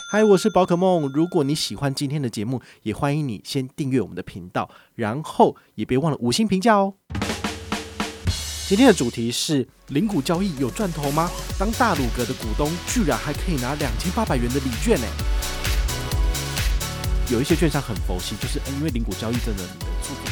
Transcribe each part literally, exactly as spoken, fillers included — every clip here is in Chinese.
嗨，我是宝可梦。如果你喜欢今天的节目，也欢迎你先订阅我们的频道，然后也别忘了五星评价哦。今天的主题是零股交易有赚头吗？当大鲁阁的股东，居然还可以拿两千八百元的礼券呢！有一些券商很佛系，就是因为零股交易真的你的速度。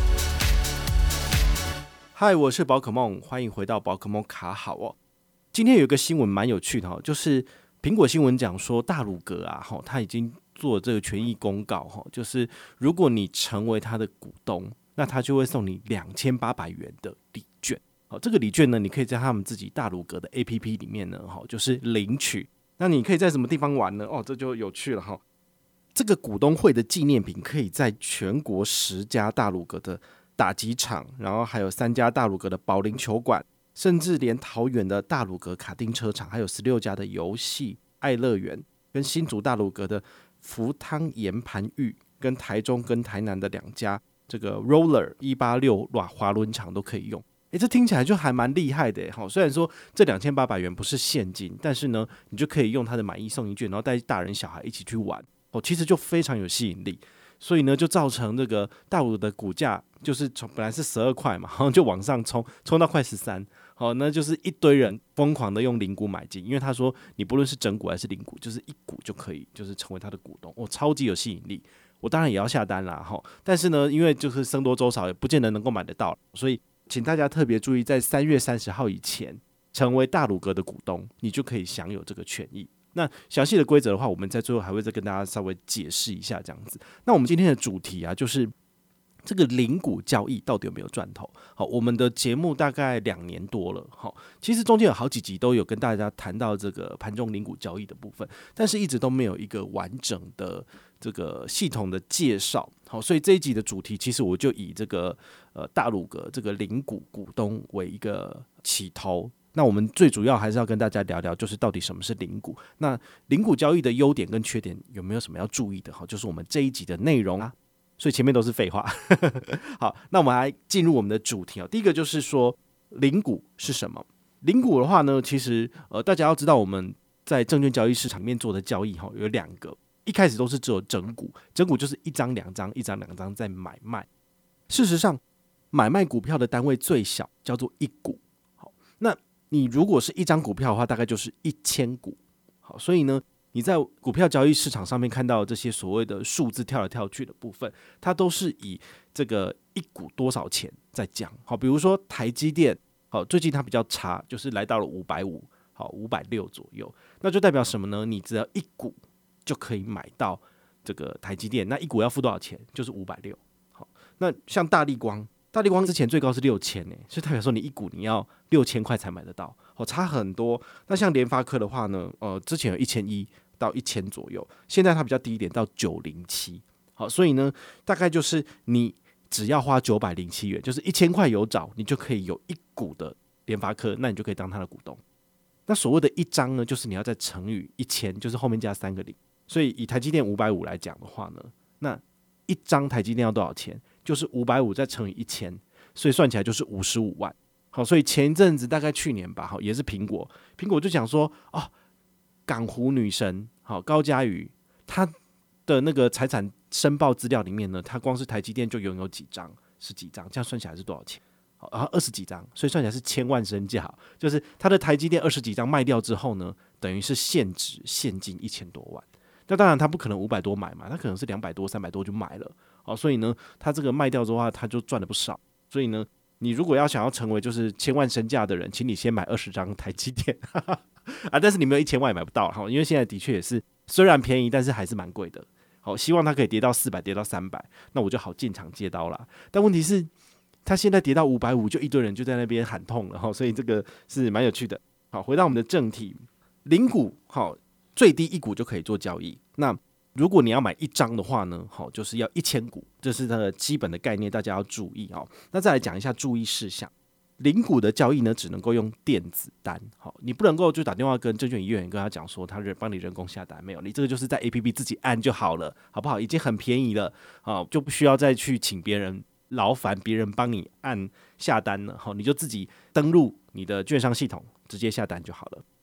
嗨，我是宝可梦，欢迎回到宝可梦卡好哦。今天有一个新闻蛮有趣的哦，就是苹果新闻讲说，大鲁阁啊，他已经做了这个权益公告，就是如果你成为他的股东，那他就会送你两千八百元的礼券。这个礼券呢，你可以在他们自己大鲁阁的 A P P 里面呢，就是领取。那你可以在什么地方玩呢？哦，这就有趣了哈。这个股东会的纪念品可以在全国十家大鲁阁的打击场，然后还有三家大鲁阁的保龄球馆。甚至连桃园的大鲁阁卡丁车场，还有十六家的游戏爱乐园，跟新竹大鲁阁的福汤岩盘浴，跟台中跟台南的两家这个 Roller 一八六滑轮场都可以用。欸，这听起来就还蛮厉害的耶。虽然说这两千八百元不是现金，但是呢，你就可以用它的买一送一券，然后带大人小孩一起去玩，其实就非常有吸引力。所以呢，就造成这个大鲁的股价就是从本来是十二块嘛，然后就往上冲，冲到快十三。好，那就是一堆人疯狂的用零股买进，因为他说你不论是整股还是零股，就是一股就可以，就是成为他的股东，哦，超级有吸引力。我当然也要下单啦，哈，但是呢，因为就是僧多粥少，也不见得能够买得到，所以请大家特别注意，在三月三十号以前成为大鲁阁的股东，你就可以享有这个权益。那详细的规则的话，我们在最后还会再跟大家稍微解释一下这样子。那我们今天的主题啊，就是这个零股交易到底有没有赚头？好，我们的节目大概两年多了，好，其实中间有好几集都有跟大家谈到这个盘中零股交易的部分，但是一直都没有一个完整的这个系统的介绍。好，所以这一集的主题，其实我就以这个呃大鲁阁这个零股股东为一个起头。那我们最主要还是要跟大家聊聊，就是到底什么是零股？那零股交易的优点跟缺点有没有什么要注意的？好，就是我们这一集的内容啊。所以前面都是废话。好，那我们来进入我们的主题。第一个就是说零股是什么？零股的话呢，其实呃大家要知道我们在证券交易市场里面做的交易有两个，一开始都是只有整股，整股就是一张两张一张两张在买卖。事实上，买卖股票的单位最小叫做一股。好，那你如果是一张股票的话，大概就是一千股。好，所以呢，你在股票交易市场上面看到这些所谓的数字跳来跳去的部分，它都是以这个一股多少钱在讲。好，比如说台积电，好，最近它比较差，就是来到了五百五，好，五百六左右，那就代表什么呢？你只要一股就可以买到这个台积电，那一股要付多少钱？就是五百六。好，那像大立光。大立光之前最高是六千呢，所以代表说你一股你要六千块才买得到，哦，差很多。那像联发科的话呢，呃，之前有一千一到一千左右，现在它比较低一点到九零七，好，所以呢，大概就是你只要花九百零七元，就是一千块有找，你就可以有一股的联发科，那你就可以当它的股东。那所谓的一张呢，就是你要再乘以一千，就是后面加三个零。所以以台积电五百五来讲的话呢，那一张台积电要多少钱？就是五百五再乘以一千，所以算起来就是五十五万。好，所以前一阵子大概去年吧，好，也是苹果，苹果就讲说，哦，港湖女神，好，高嘉瑜，她的那个财产申报资料里面呢，她光是台积电就拥有几张，十几张，这样算起来是多少钱？好，然后二十几张，所以算起来是千万身价，就是她的台积电二十几张卖掉之后呢，等于是现值现金一千多万。那当然，他不可能五百多买嘛，他可能是两百多、三百多就买了，好，所以呢，他这个卖掉之后的话，他就赚了不少。所以呢，你如果要想要成为就是千万身价的人，请你先买二十张台积电啊，但是你没有一千万也买不到，因为现在的确也是虽然便宜，但是还是蛮贵的。好，希望它可以跌到四百，跌到三百，那我就好进场接刀啦。但问题是，它现在跌到五百五，就一堆人就在那边喊痛了，所以这个是蛮有趣的。好，回到我们的正题，零股好。最低一股就可以做交易。那如果你要买一张的话呢，好，就是要一千股，这是它的基本的概念，大家要注意哦。那再来讲一下注意事项。零股的交易呢，只能够用电子单，好，你不能够就打电话跟证券营业员跟他讲说，他人帮你人工下单，没有，你这个就是在 A P P 自己按就好了，好不好？已经很便宜了，好，就不需要再去请别人劳烦别人帮你按下单了，好，你就自己登录你的券商系统，直接下单就好了。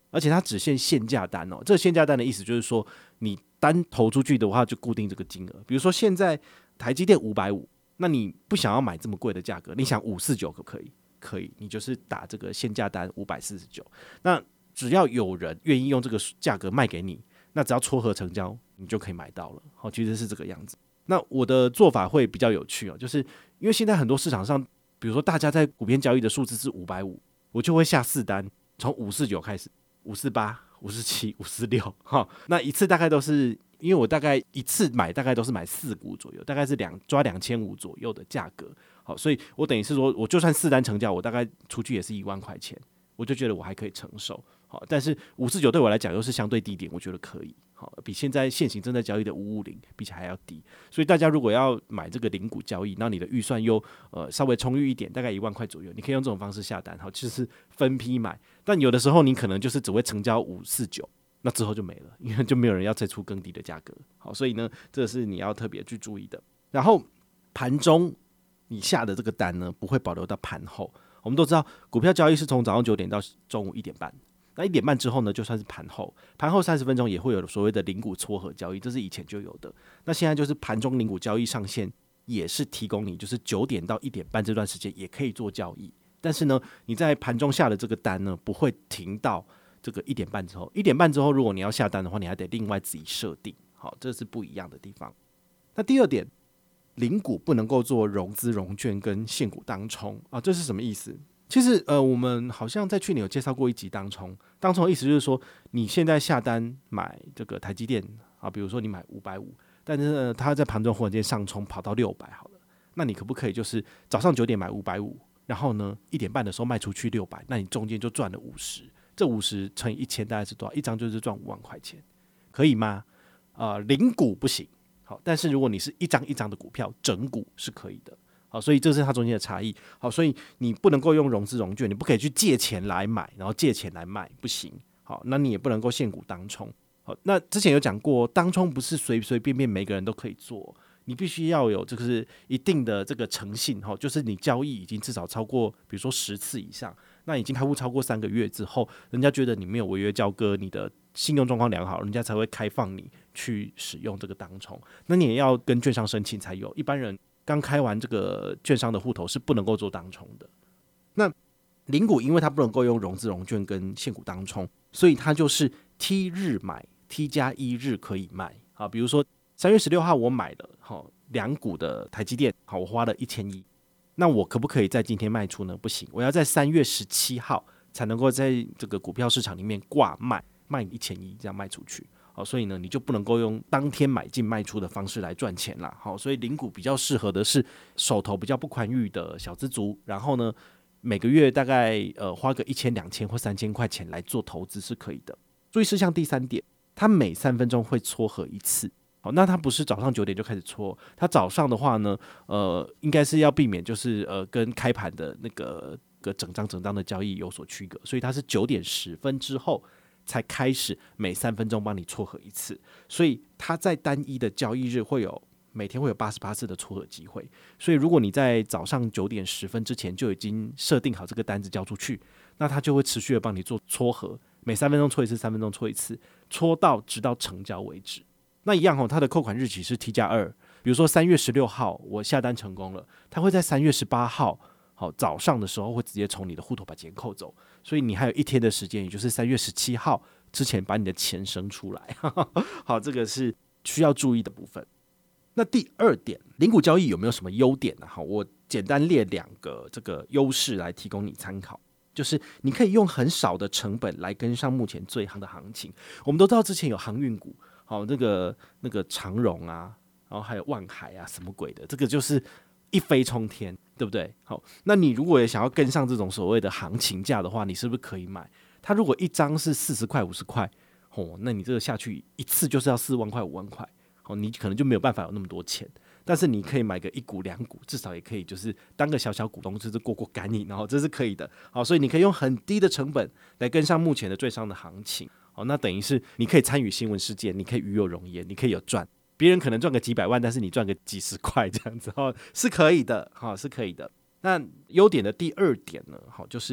而且它只限限价单哦。这个限价单的意思就是说，你单投出去的话就固定这个金额。比如说现在台积电五百五，那你不想要买这么贵的价格，你想五四九可不可以？可以，你就是打这个限价单五百四十九。那只要有人愿意用这个价格卖给你，那只要撮合成交，你就可以买到了。好，其实是这个样子。那我的做法会比较有趣哦，就是因为现在很多市场上，比如说大家在股票交易的数字是五百五，我就会下四单，从五四九开始，五四八、五四七、五四六，哈，那一次大概都是，因为我大概一次买大概都是买四股左右，大概是两抓两千五左右的价格，好，所以我等于是说，我就算四单成交，我大概出去也是一万块钱，我就觉得我还可以承受。好，但是五四九对我来讲又是相对低点，我觉得可以，好，比现在现行正在交易的五五零比起来还要低。所以大家如果要买这个零股交易，那你的预算又呃稍微充裕一点，大概一万块左右，你可以用这种方式下单，好，就是分批买。但有的时候你可能就是只会成交五四九，那之后就没了，因为就没有人要再出更低的价格。好，所以呢，这是你要特别去注意的。然后盘中你下的这个单呢，不会保留到盘后。我们都知道，股票交易是从早上九点到中午一点半。那一点半之后呢，就算是盘后，盘后三十分钟也会有所谓的零股撮合交易，这是以前就有的。那现在就是盘中零股交易上限，也是提供你就是九点到一点半这段时间也可以做交易。但是呢，你在盘中下的这个单呢，不会停到这个一点半之后。一点半之后，如果你要下单的话，你还得另外自己设定。好，这是不一样的地方。那第二点，零股不能够做融资融券跟现股当冲啊，这是什么意思？其实呃，我们好像在去年有介绍过一集当冲，当冲的意思就是说，你现在下单买这个台积电啊，比如说你买五百五，但是呢，它在盘中忽然间上冲跑到六百好了，那你可不可以就是早上九点买五百五，然后呢一点半的时候卖出去六百，那你中间就赚了五十，这五十乘以一千大概是多少？一张就是赚五万块钱，可以吗？呃，零股不行，好，但是如果你是一张一张的股票，整股是可以的。好，所以这是它中间的差异。好，所以你不能够用融资融券，你不可以去借钱来买，然后借钱来卖，不行。好，那你也不能够现股当冲。好，那之前有讲过，当冲不是随随便便每个人都可以做，你必须要有这个是一定的这个诚信，就是你交易已经至少超过，比如说十次以上，那已经开户超过三个月之后，人家觉得你没有违约交割，你的信用状况良好，人家才会开放你去使用这个当冲。那你也要跟券商申请才有，一般人刚开完这个券商的户头是不能够做当冲的。那零股因为它不能够用融资融券跟现股当冲，所以它就是 T 日买 T 加一日可以卖。好，比如说三月十六号我买了好两股的台积电，好，我花了一千一，那我可不可以在今天卖出呢？不行，我要在三月十七号才能够在这个股票市场里面挂卖，卖一千一这样卖出去。好，所以呢，你就不能够用当天买进卖出的方式来赚钱啦。好，所以零股比较适合的是手头比较不宽裕的小资族，然后呢，每个月大概呃花个一千、两千或三千块钱来做投资是可以的。注意事项第三点，它每三分钟会撮合一次。好，那它不是早上九点就开始撮，它早上的话呢，呃，应该是要避免就是呃跟开盘的那个个整张整张的交易有所区隔，所以它是九点十分之后才开始每三分钟帮你撮合一次，所以它在单一的交易日会有每天会有八十八次的撮合机会。所以如果你在早上九点十分之前就已经设定好这个单子交出去，那它就会持续的帮你做撮合，每三分钟撮一次，三分钟撮一次，撮到直到成交为止。那一样哦，它的扣款日期是 T 加二，比如说三月十六号我下单成功了，它会在三月十八号好早上的时候会直接从你的户头把钱扣走，所以你还有一天的时间，也就是三月十七号之前把你的钱生出来。好，这个是需要注意的部分。那第二点，零股交易有没有什么优点呢？好，我简单列两个这个优势来提供你参考。就是你可以用很少的成本来跟上目前最夯的行情。我们都知道之前有航运股，好，那个那个长荣啊，然后还有万海啊，什么鬼的，这个就是一飞冲天，对不对？好，那你如果也想要跟上这种所谓的行情价的话，你是不是可以买？它如果一张是四十块、五十块，哦，那你这个下去一次就是要四万块、五万块，哦，你可能就没有办法有那么多钱。但是你可以买个一股两股，至少也可以就是当个小小股东，就是过过干瘾，然后这是可以的。好，所以你可以用很低的成本来跟上目前的最上的行情。好，那等于是你可以参与新闻事件，你可以与有荣焉，你可以有赚。别人可能赚个几百万，但是你赚个几十块这样子，哦，是可以的，好，是可以的。那优点的第二点呢，好，就是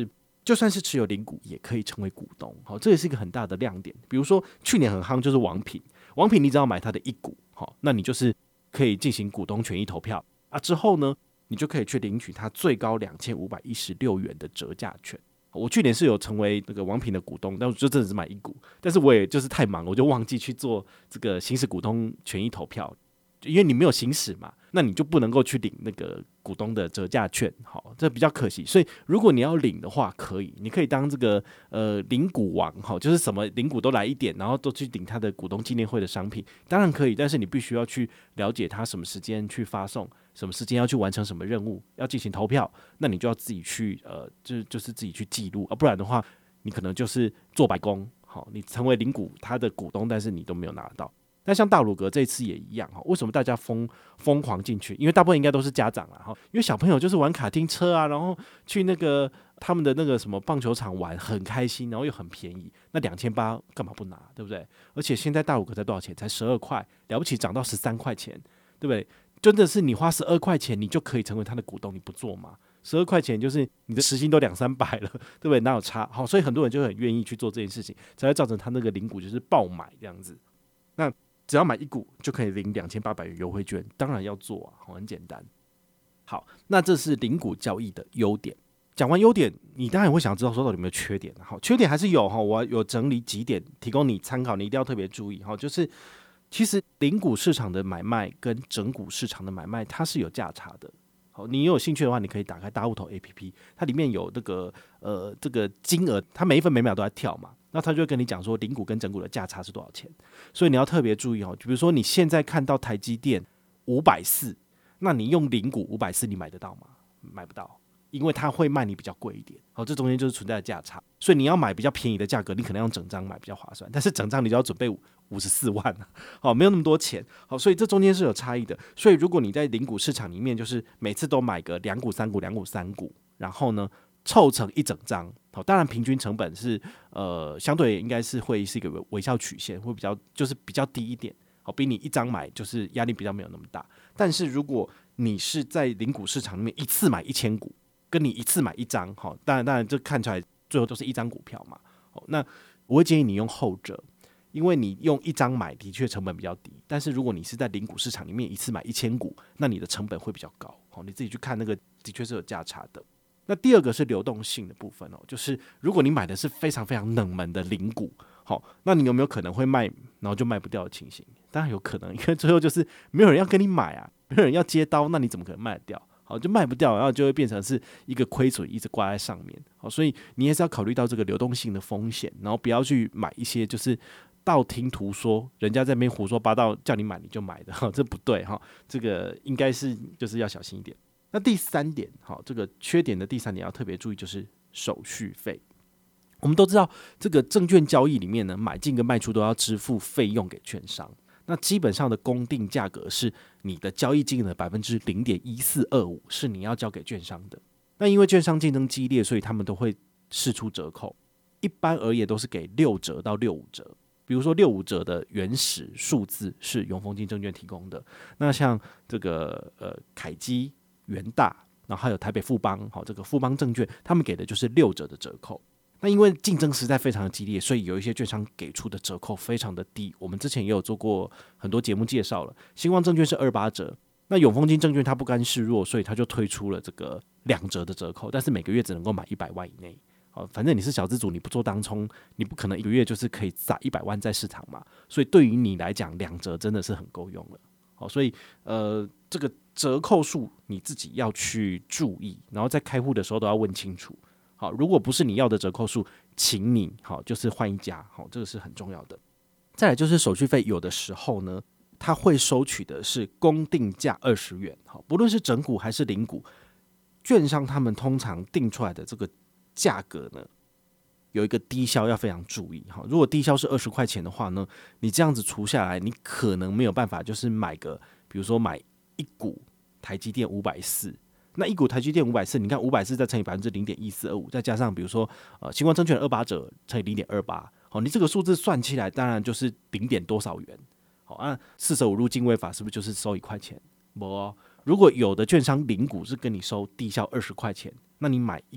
就算是持有零股也可以成为股东，好，这也是一个很大的亮点。比如说去年很夯就是王品，王品你只要买它的一股，好，那你就是可以进行股东权益投票啊，之后呢，你就可以去领取它最高两千五百一十六元的折价券。我去年是有成为那个王品的股东，但我就真的是买一股，但是我也就是太忙了，我就忘记去做这个行使股东权益投票，因为你没有行使嘛，那你就不能够去领那个股东的折价券，好，这比较可惜。所以如果你要领的话，可以，你可以当这个呃领股王，好，就是什么领股都来一点，然后都去领他的股东纪念会的商品，当然可以，但是你必须要去了解他什么时间去发送，什么时间要去完成什么任务，要进行投票，那你就要自己去呃，就就是自己去记录啊，不然的话，你可能就是做白工，好，你成为领股他的股东，但是你都没有拿到。但像大鲁阁这一次也一样，为什么大家疯疯狂进去？因为大部分应该都是家长啦，因为小朋友就是玩卡丁车啊，然后去那个他们的那个什么棒球场玩，很开心，然后又很便宜，那两千八干嘛不拿，对不对？而且现在大鲁阁才多少钱？才十二块，了不起涨到十三块钱，对不对？真的是你花十二块钱，你就可以成为他的股东，你不做吗？十二块钱就是你的时薪都两三百了，对不对？哪有差？好，所以很多人就很愿意去做这件事情，才会造成他那个零股就是爆买这样子。那只要买一股就可以领两千八百元优惠券，当然要做啊，很简单。好，那这是零股交易的优点。讲完优点，你当然会想知道说到底有没有缺点。好，缺点还是有哈，我有整理几点提供你参考，你一定要特别注意哈。就是其实零股市场的买卖跟整股市场的买卖它是有价差的。好，你有兴趣的话，你可以打开大户头 A P P， 它里面有这个呃这个金额，它每一分每秒都在跳嘛。那他就会跟你讲说零股跟整股的价差是多少钱，所以你要特别注意哦。比如说你现在看到台积电五百四，那你用零股五百四，你买得到吗？买不到，因为它会卖你比较贵一点。好，这中间就是存在的价差，所以你要买比较便宜的价格，你可能用整张买比较划算，但是整张你就要准备五十四万啊，好，没有那么多钱。好，所以这中间是有差异的。所以如果你在零股市场里面，就是每次都买个两股、三股、两股、三股，然后呢，凑成一整张，好，当然平均成本是呃相对应该是会是一个微笑曲线，会比较就是比较低一点，好，比你一张买就是压力比较没有那么大。但是如果你是在零股市场里面一次买一千股，跟你一次买一张，好，当然当然这看出来最后都是一张股票嘛，好，那我会建议你用后者。因为你用一张买的确成本比较低，但是如果你是在零股市场里面一次买一千股，那你的成本会比较高，好，你自己去看那个的确是有价差的。那第二个是流动性的部分哦，就是如果你买的是非常非常冷门的零股，好，那你有没有可能会卖，然后就卖不掉的情形？当然有可能，因为最后就是没有人要跟你买啊，没有人要接刀，那你怎么可能卖得掉？好，就卖不掉，然后就会变成是一个亏损一直挂在上面。好，所以你也是要考虑到这个流动性的风险，然后不要去买一些就是道听途说，人家在那边胡说八道叫你买你就买的，这不对哈，这个应该是就是要小心一点。那第三点，好，这个缺点的第三点要特别注意，就是手续费。我们都知道，这个证券交易里面呢，买进跟卖出都要支付费用给券商。那基本上的公定价格是你的交易金额的百分之零点一四二五，是你要交给券商的。那因为券商竞争激烈，所以他们都会释出折扣。一般而言都是给六折到六五折。比如说六五折的原始数字是永丰金证券提供的。那像这个呃凯基、元大，然后还有台北富邦，好，这个富邦证券，他们给的就是六折的折扣。那因为竞争实在非常的激烈，所以有一些券商给出的折扣非常的低。我们之前也有做过很多节目介绍了，星光证券是二八折，那永丰金证券它不甘示弱，所以它就推出了这个两折的折扣，但是每个月只能够买一百万以内。好，反正你是小资主，你不做当冲，你不可能一个月就是可以撒一百万在市场嘛。所以对于你来讲，两折真的是很够用了。好，所以呃，这个折扣数你自己要去注意，然后在开户的时候都要问清楚。好，如果不是你要的折扣数，请你好就是换一家，好，这个是很重要的。再来就是手续费，有的时候呢，它会收取的是公定价二十元，好，不论是整股还是零股，券商他们通常定出来的这个价格呢，有一个低消要非常注意。如果低消是二十块钱的话呢，你这样子除下来，你可能没有办法就是买个，比如说买一股台积电五百四。那一股台积电五百四，你看五百四再乘以百分之零点一四二五，再加上比如说呃星光证券的二八折乘以零点二八，好，你这个数字算起来，当然就是零点多少元。好，按四舍五入进位法，是不是就是收一块钱？不哦，如果有的券商零股是跟你收低消二十块钱，那你买一股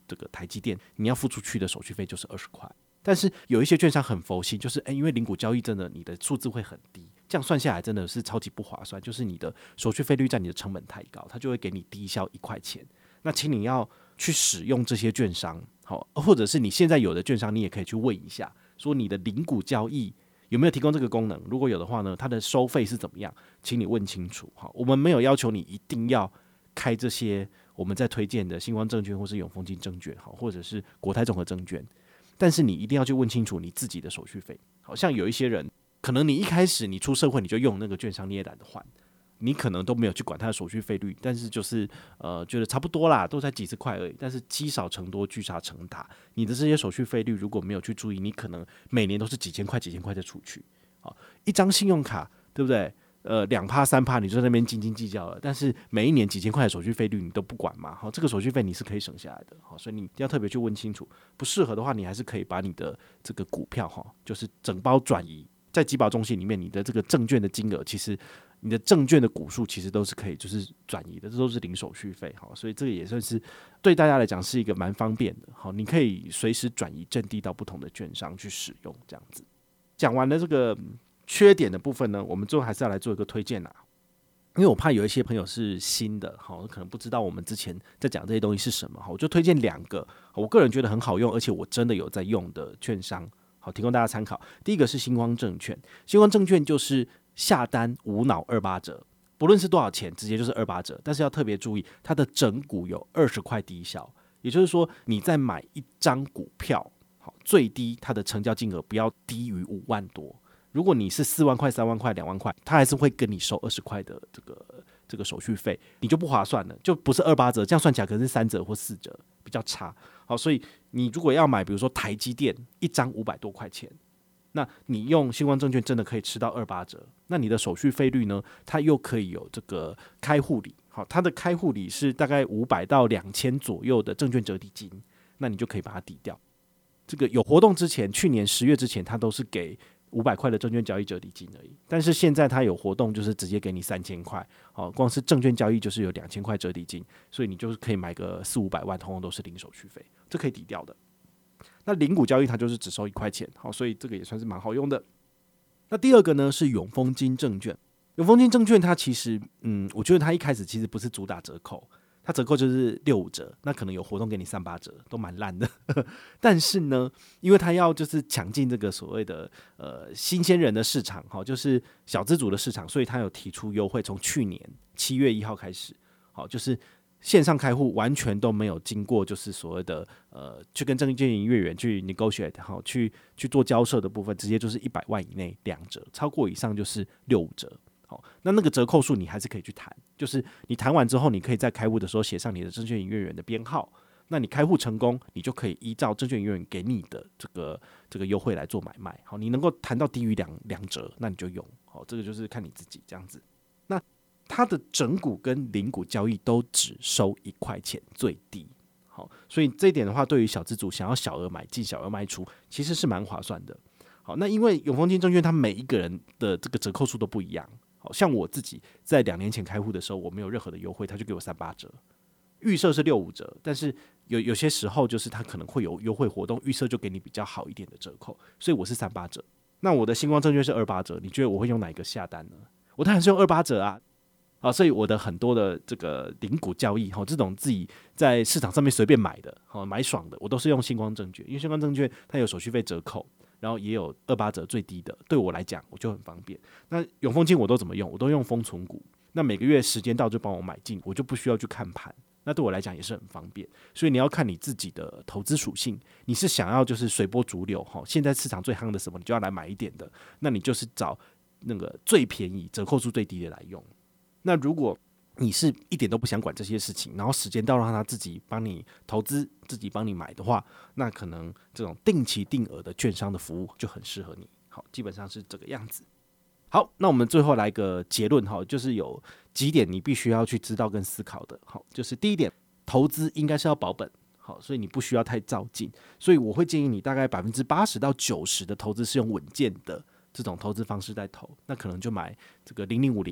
这个台积电，你要付出去的手续费就是二十块。但是有一些券商很佛心，就是哎、欸，因为零股交易真的你的数字会很低，这样算下来真的是超级不划算，就是你的手续费率占你的成本太高，它就会给你低消一块钱。那请你要去使用这些券商，好，或者是你现在有的券商，你也可以去问一下，说你的零股交易有没有提供这个功能？如果有的话呢，它的收费是怎么样？请你问清楚。好，我们没有要求你一定要开这些我们在推荐的星光证券或是永丰金证券，好，或者是国泰综合证券。但是你一定要去问清楚你自己的手续费。好像有一些人，可能你一开始你出社会你就用那个券商，你也懒得换，你可能都没有去管它的手续费率，但是就是呃觉得差不多啦，都才几十块而已。但是积少成多，聚沙成塔，你的这些手续费率如果没有去注意，你可能每年都是几千块、几千块的出去。好，一张信用卡，对不对？呃，两趴三趴，你就在那边斤斤计较了。但是每一年几千块的手续费率你都不管嘛，好，这个手续费你是可以省下来的，好，所以你要特别去问清楚。不适合的话，你还是可以把你的这个股票哈，就是整包转移在集保中心里面，你的这个证券的金额，其实你的证券的股数其实都是可以就是转移的，这都是零手续费，好，所以这个也算是对大家来讲是一个蛮方便的，好，你可以随时转移阵地到不同的券商去使用，这样子。讲完了这个缺点的部分呢，我们最后还是要来做一个推荐啦。因为我怕有一些朋友是新的，好，可能不知道我们之前在讲这些东西是什么，我就推荐两个我个人觉得很好用，而且我真的有在用的券商，好，提供大家参考。第一个是星光证券，星光证券就是下单无脑二八折，不论是多少钱，直接就是二八折。但是要特别注意，它的整股有二十块低消，也就是说你在买一张股票，好，最低它的成交金额不要低于五万多。如果你是四万块、三万块、两万块，他还是会跟你收二十块的这个这个手续费，你就不划算了，就不是二八折，这样算起来可能是三折或四折，比较差。好，所以你如果要买，比如说台积电一张五百多块钱，那你用星光证券真的可以吃到二八折，那你的手续费率呢，它又可以有这个开户礼，好，它的开户礼是大概五百到两千左右的证券折抵金，那你就可以把它抵掉。这个有活动之前，去年十月之前，它都是给五百块的证券交易折抵金而已，但是现在它有活动，就是直接给你三千块，好，光是证券交易就是有两千块折抵金，所以你就是可以买个四五百万，通通都是零手续费，这可以抵掉的。那零股交易它就是只收一块钱，好，所以这个也算是蛮好用的。那第二个呢是永丰金证券，永丰金证券它其实，嗯，我觉得它一开始其实不是主打折扣。它折扣就是六五折，那可能有活动给你三八折，都蛮烂的。但是呢，因为它要就是抢进这个所谓的呃新鲜人的市场，哈，就是小资主的市场，所以它有提出优惠，从去年七月一号开始，好，就是线上开户完全都没有经过就是所谓的呃去跟证券营业员去 negotiate， 好，去去做交涉的部分，直接就是一百万以内两折，超过以上就是六五折。好，那那个折扣数你还是可以去谈，就是你谈完之后，你可以在开户的时候写上你的证券营业员的编号，那你开户成功，你就可以依照证券营业员给你的这个这个优惠来做买卖。好，你能够谈到低于两两折，那你就用。好，这个就是看你自己这样子。那它的整股跟零股交易都只收一块钱最低。好，所以这一点的话，对于小资主想要小额买进、小额卖出，其实是蛮划算的。好，那因为永丰金证券它每一个人的这个折扣数都不一样。好像我自己在两年前开户的时候，我没有任何的优惠，他就给我三八折，预设是六五折，但是有有些时候就是他可能会有优惠活动，预设就给你比较好一点的折扣，所以我是三八折。那我的星光证券是二八折，你觉得我会用哪一个下单呢？我当然是用二八折啊！啊，所以我的很多的这个零股交易，哈，这种自己在市场上面随便买的，好买爽的，我都是用星光证券，因为星光证券它有手续费折扣。然后也有二八折最低的，对我来讲我就很方便。那永丰金我都怎么用？我都用封存股，那每个月时间到就帮我买进，我就不需要去看盘。那对我来讲也是很方便。所以你要看你自己的投资属性，你是想要就是随波逐流，现在市场最夯的什么，你就要来买一点的，那你就是找那个最便宜、折扣数最低的来用。那如果你是一点都不想管这些事情，然后时间到让他自己帮你投资、自己帮你买的话，那可能这种定期定额的券商的服务就很适合你。好，基本上是这个样子。好，那我们最后来个结论哈，就是有几点你必须要去知道跟思考的。好，就是第一点，投资应该是要保本，好，所以你不需要太躁进。所以我会建议你大概百分之八十到九十的投资是用稳健的这种投资方式在投，那可能就买这个零零五零。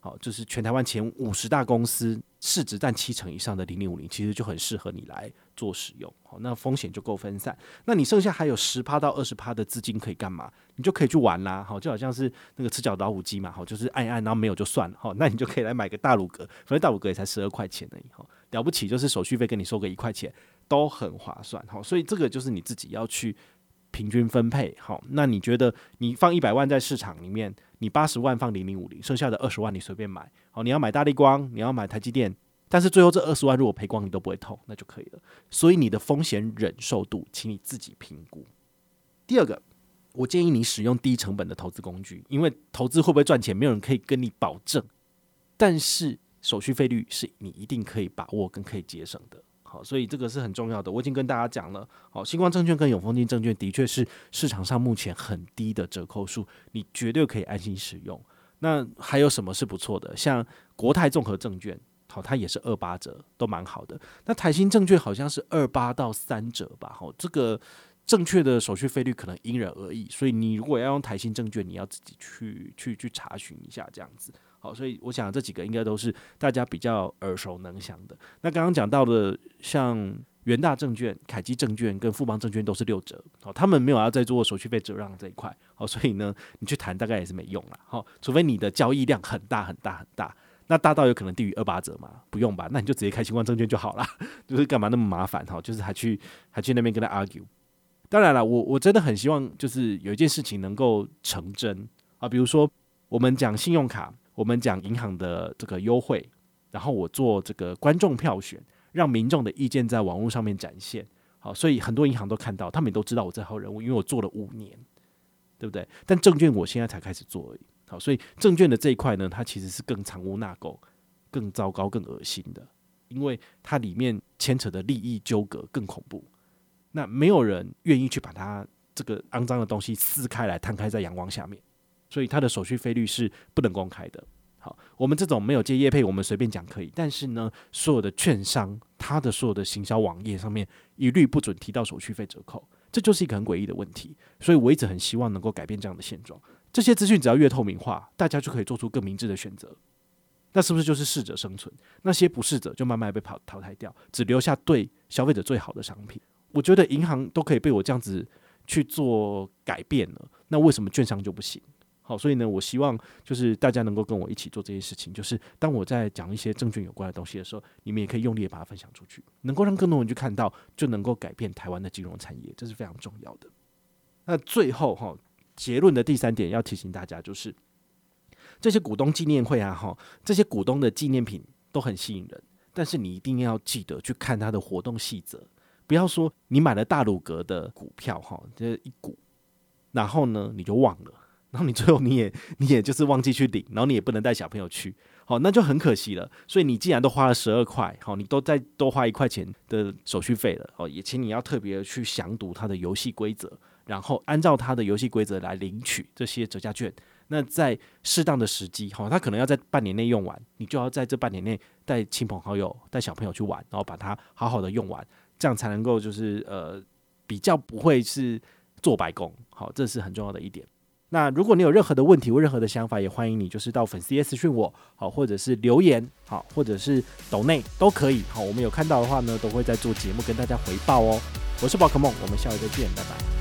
好，就是全台湾前五十大公司市值占七成以上的零零五零，其实就很适合你来做使用。好，那风险就够分散。那你剩下还有十趴到二十趴的资金可以干嘛？你就可以去玩啦。好，就好像是那个吃脚老虎机嘛，好，就是按一按，然后没有就算了。好，那你就可以来买个大鲁阁，反正大鲁阁也才十二块钱而已。好，了不起就是手续费跟你收个一块钱，都很划算。好，所以这个就是你自己要去平均分配。好，那你觉得你放一百万在市场里面，你八十万放零零五零，剩下的二十万你随便买。好，你要买大立光，你要买台积电，但是最后这二十万如果赔光你都不会痛，那就可以了。所以你的风险忍受度，请你自己评估。第二个，我建议你使用低成本的投资工具，因为投资会不会赚钱，没有人可以跟你保证，但是手续费率是你一定可以把握跟可以节省的。好，所以这个是很重要的。我已经跟大家讲了，好，星光证券跟永丰金证券的确是市场上目前很低的折扣数，你绝对可以安心使用。那还有什么是不错的？像国泰综合证券，好，它也是二八折，都蛮好的。那台新证券好像是二八到三折吧，好，这个正确的手续费率可能因人而异，所以你如果要用台新证券，你要自己去去去查询一下这样子。好，所以我想这几个应该都是大家比较耳熟能详的。那刚刚讲到的，像元大证券、凯基证券跟富邦证券都是六折，好，他们没有要再做手续费折让这一块，好，所以呢，你去谈大概也是没用啦，好，除非你的交易量很大很大很大，那大到有可能低于二八折嘛，不用吧？那你就直接开星光证券就好啦，就是干嘛那么麻烦？好，就是还去还去那边跟他 argue。当然了，我我真的很希望就是有一件事情能够成真啊，比如说我们讲信用卡。我们讲银行的这个优惠，然后我做这个观众票选，让民众的意见在网络上面展现。好，所以很多银行都看到，他们也都知道我这号人物，因为我做了五年，对不对？但证券我现在才开始做而已。好，所以证券的这一块呢，它其实是更藏污纳垢、更糟糕、更恶心的，因为它里面牵扯的利益纠葛更恐怖。那没有人愿意去把它这个肮脏的东西撕开来，摊开在阳光下面。所以它的手续费率是不能公开的。好，我们这种没有接业配，我们随便讲可以，但是呢，所有的券商，它的所有的行销网页上面一律不准提到手续费折扣，这就是一个很诡异的问题。所以我一直很希望能够改变这样的现状。这些资讯只要越透明化，大家就可以做出更明智的选择。那是不是就是适者生存？那些不适者就慢慢被淘汰掉，只留下对消费者最好的商品。我觉得银行都可以被我这样子去做改变了，那为什么券商就不行？好，所以呢，我希望就是大家能够跟我一起做这些事情，就是当我在讲一些证券有关的东西的时候，你们也可以用力的把它分享出去，能够让更多人去看到，就能够改变台湾的金融产业，这是非常重要的。那最后哈，结论的第三点要提醒大家，就是这些股东纪念会啊，哈，这些股东的纪念品都很吸引人，但是你一定要记得去看它的活动细则，不要说你买了大鲁阁的股票哈，这一股，然后呢你就忘了。然后你最后你也你也就是忘记去领，然后你也不能带小朋友去，好，那就很可惜了。所以你既然都花了十二块，好，你都再多花一块钱的手续费了，哦，也请你要特别去详读它的游戏规则，然后按照它的游戏规则来领取这些折价券。那在适当的时机，好，它可能要在半年内用完，你就要在这半年内带亲朋好友、带小朋友去玩，然后把它好好的用完，这样才能够就是呃比较不会是做白工，好，这是很重要的一点。那如果你有任何的问题或任何的想法，也欢迎你就是到粉丝页私讯我，好，或者是留言，好，或者是抖内都可以，好，我们有看到的话呢，都会在做节目跟大家回报哦。我是宝可梦，我们下回再见，拜拜。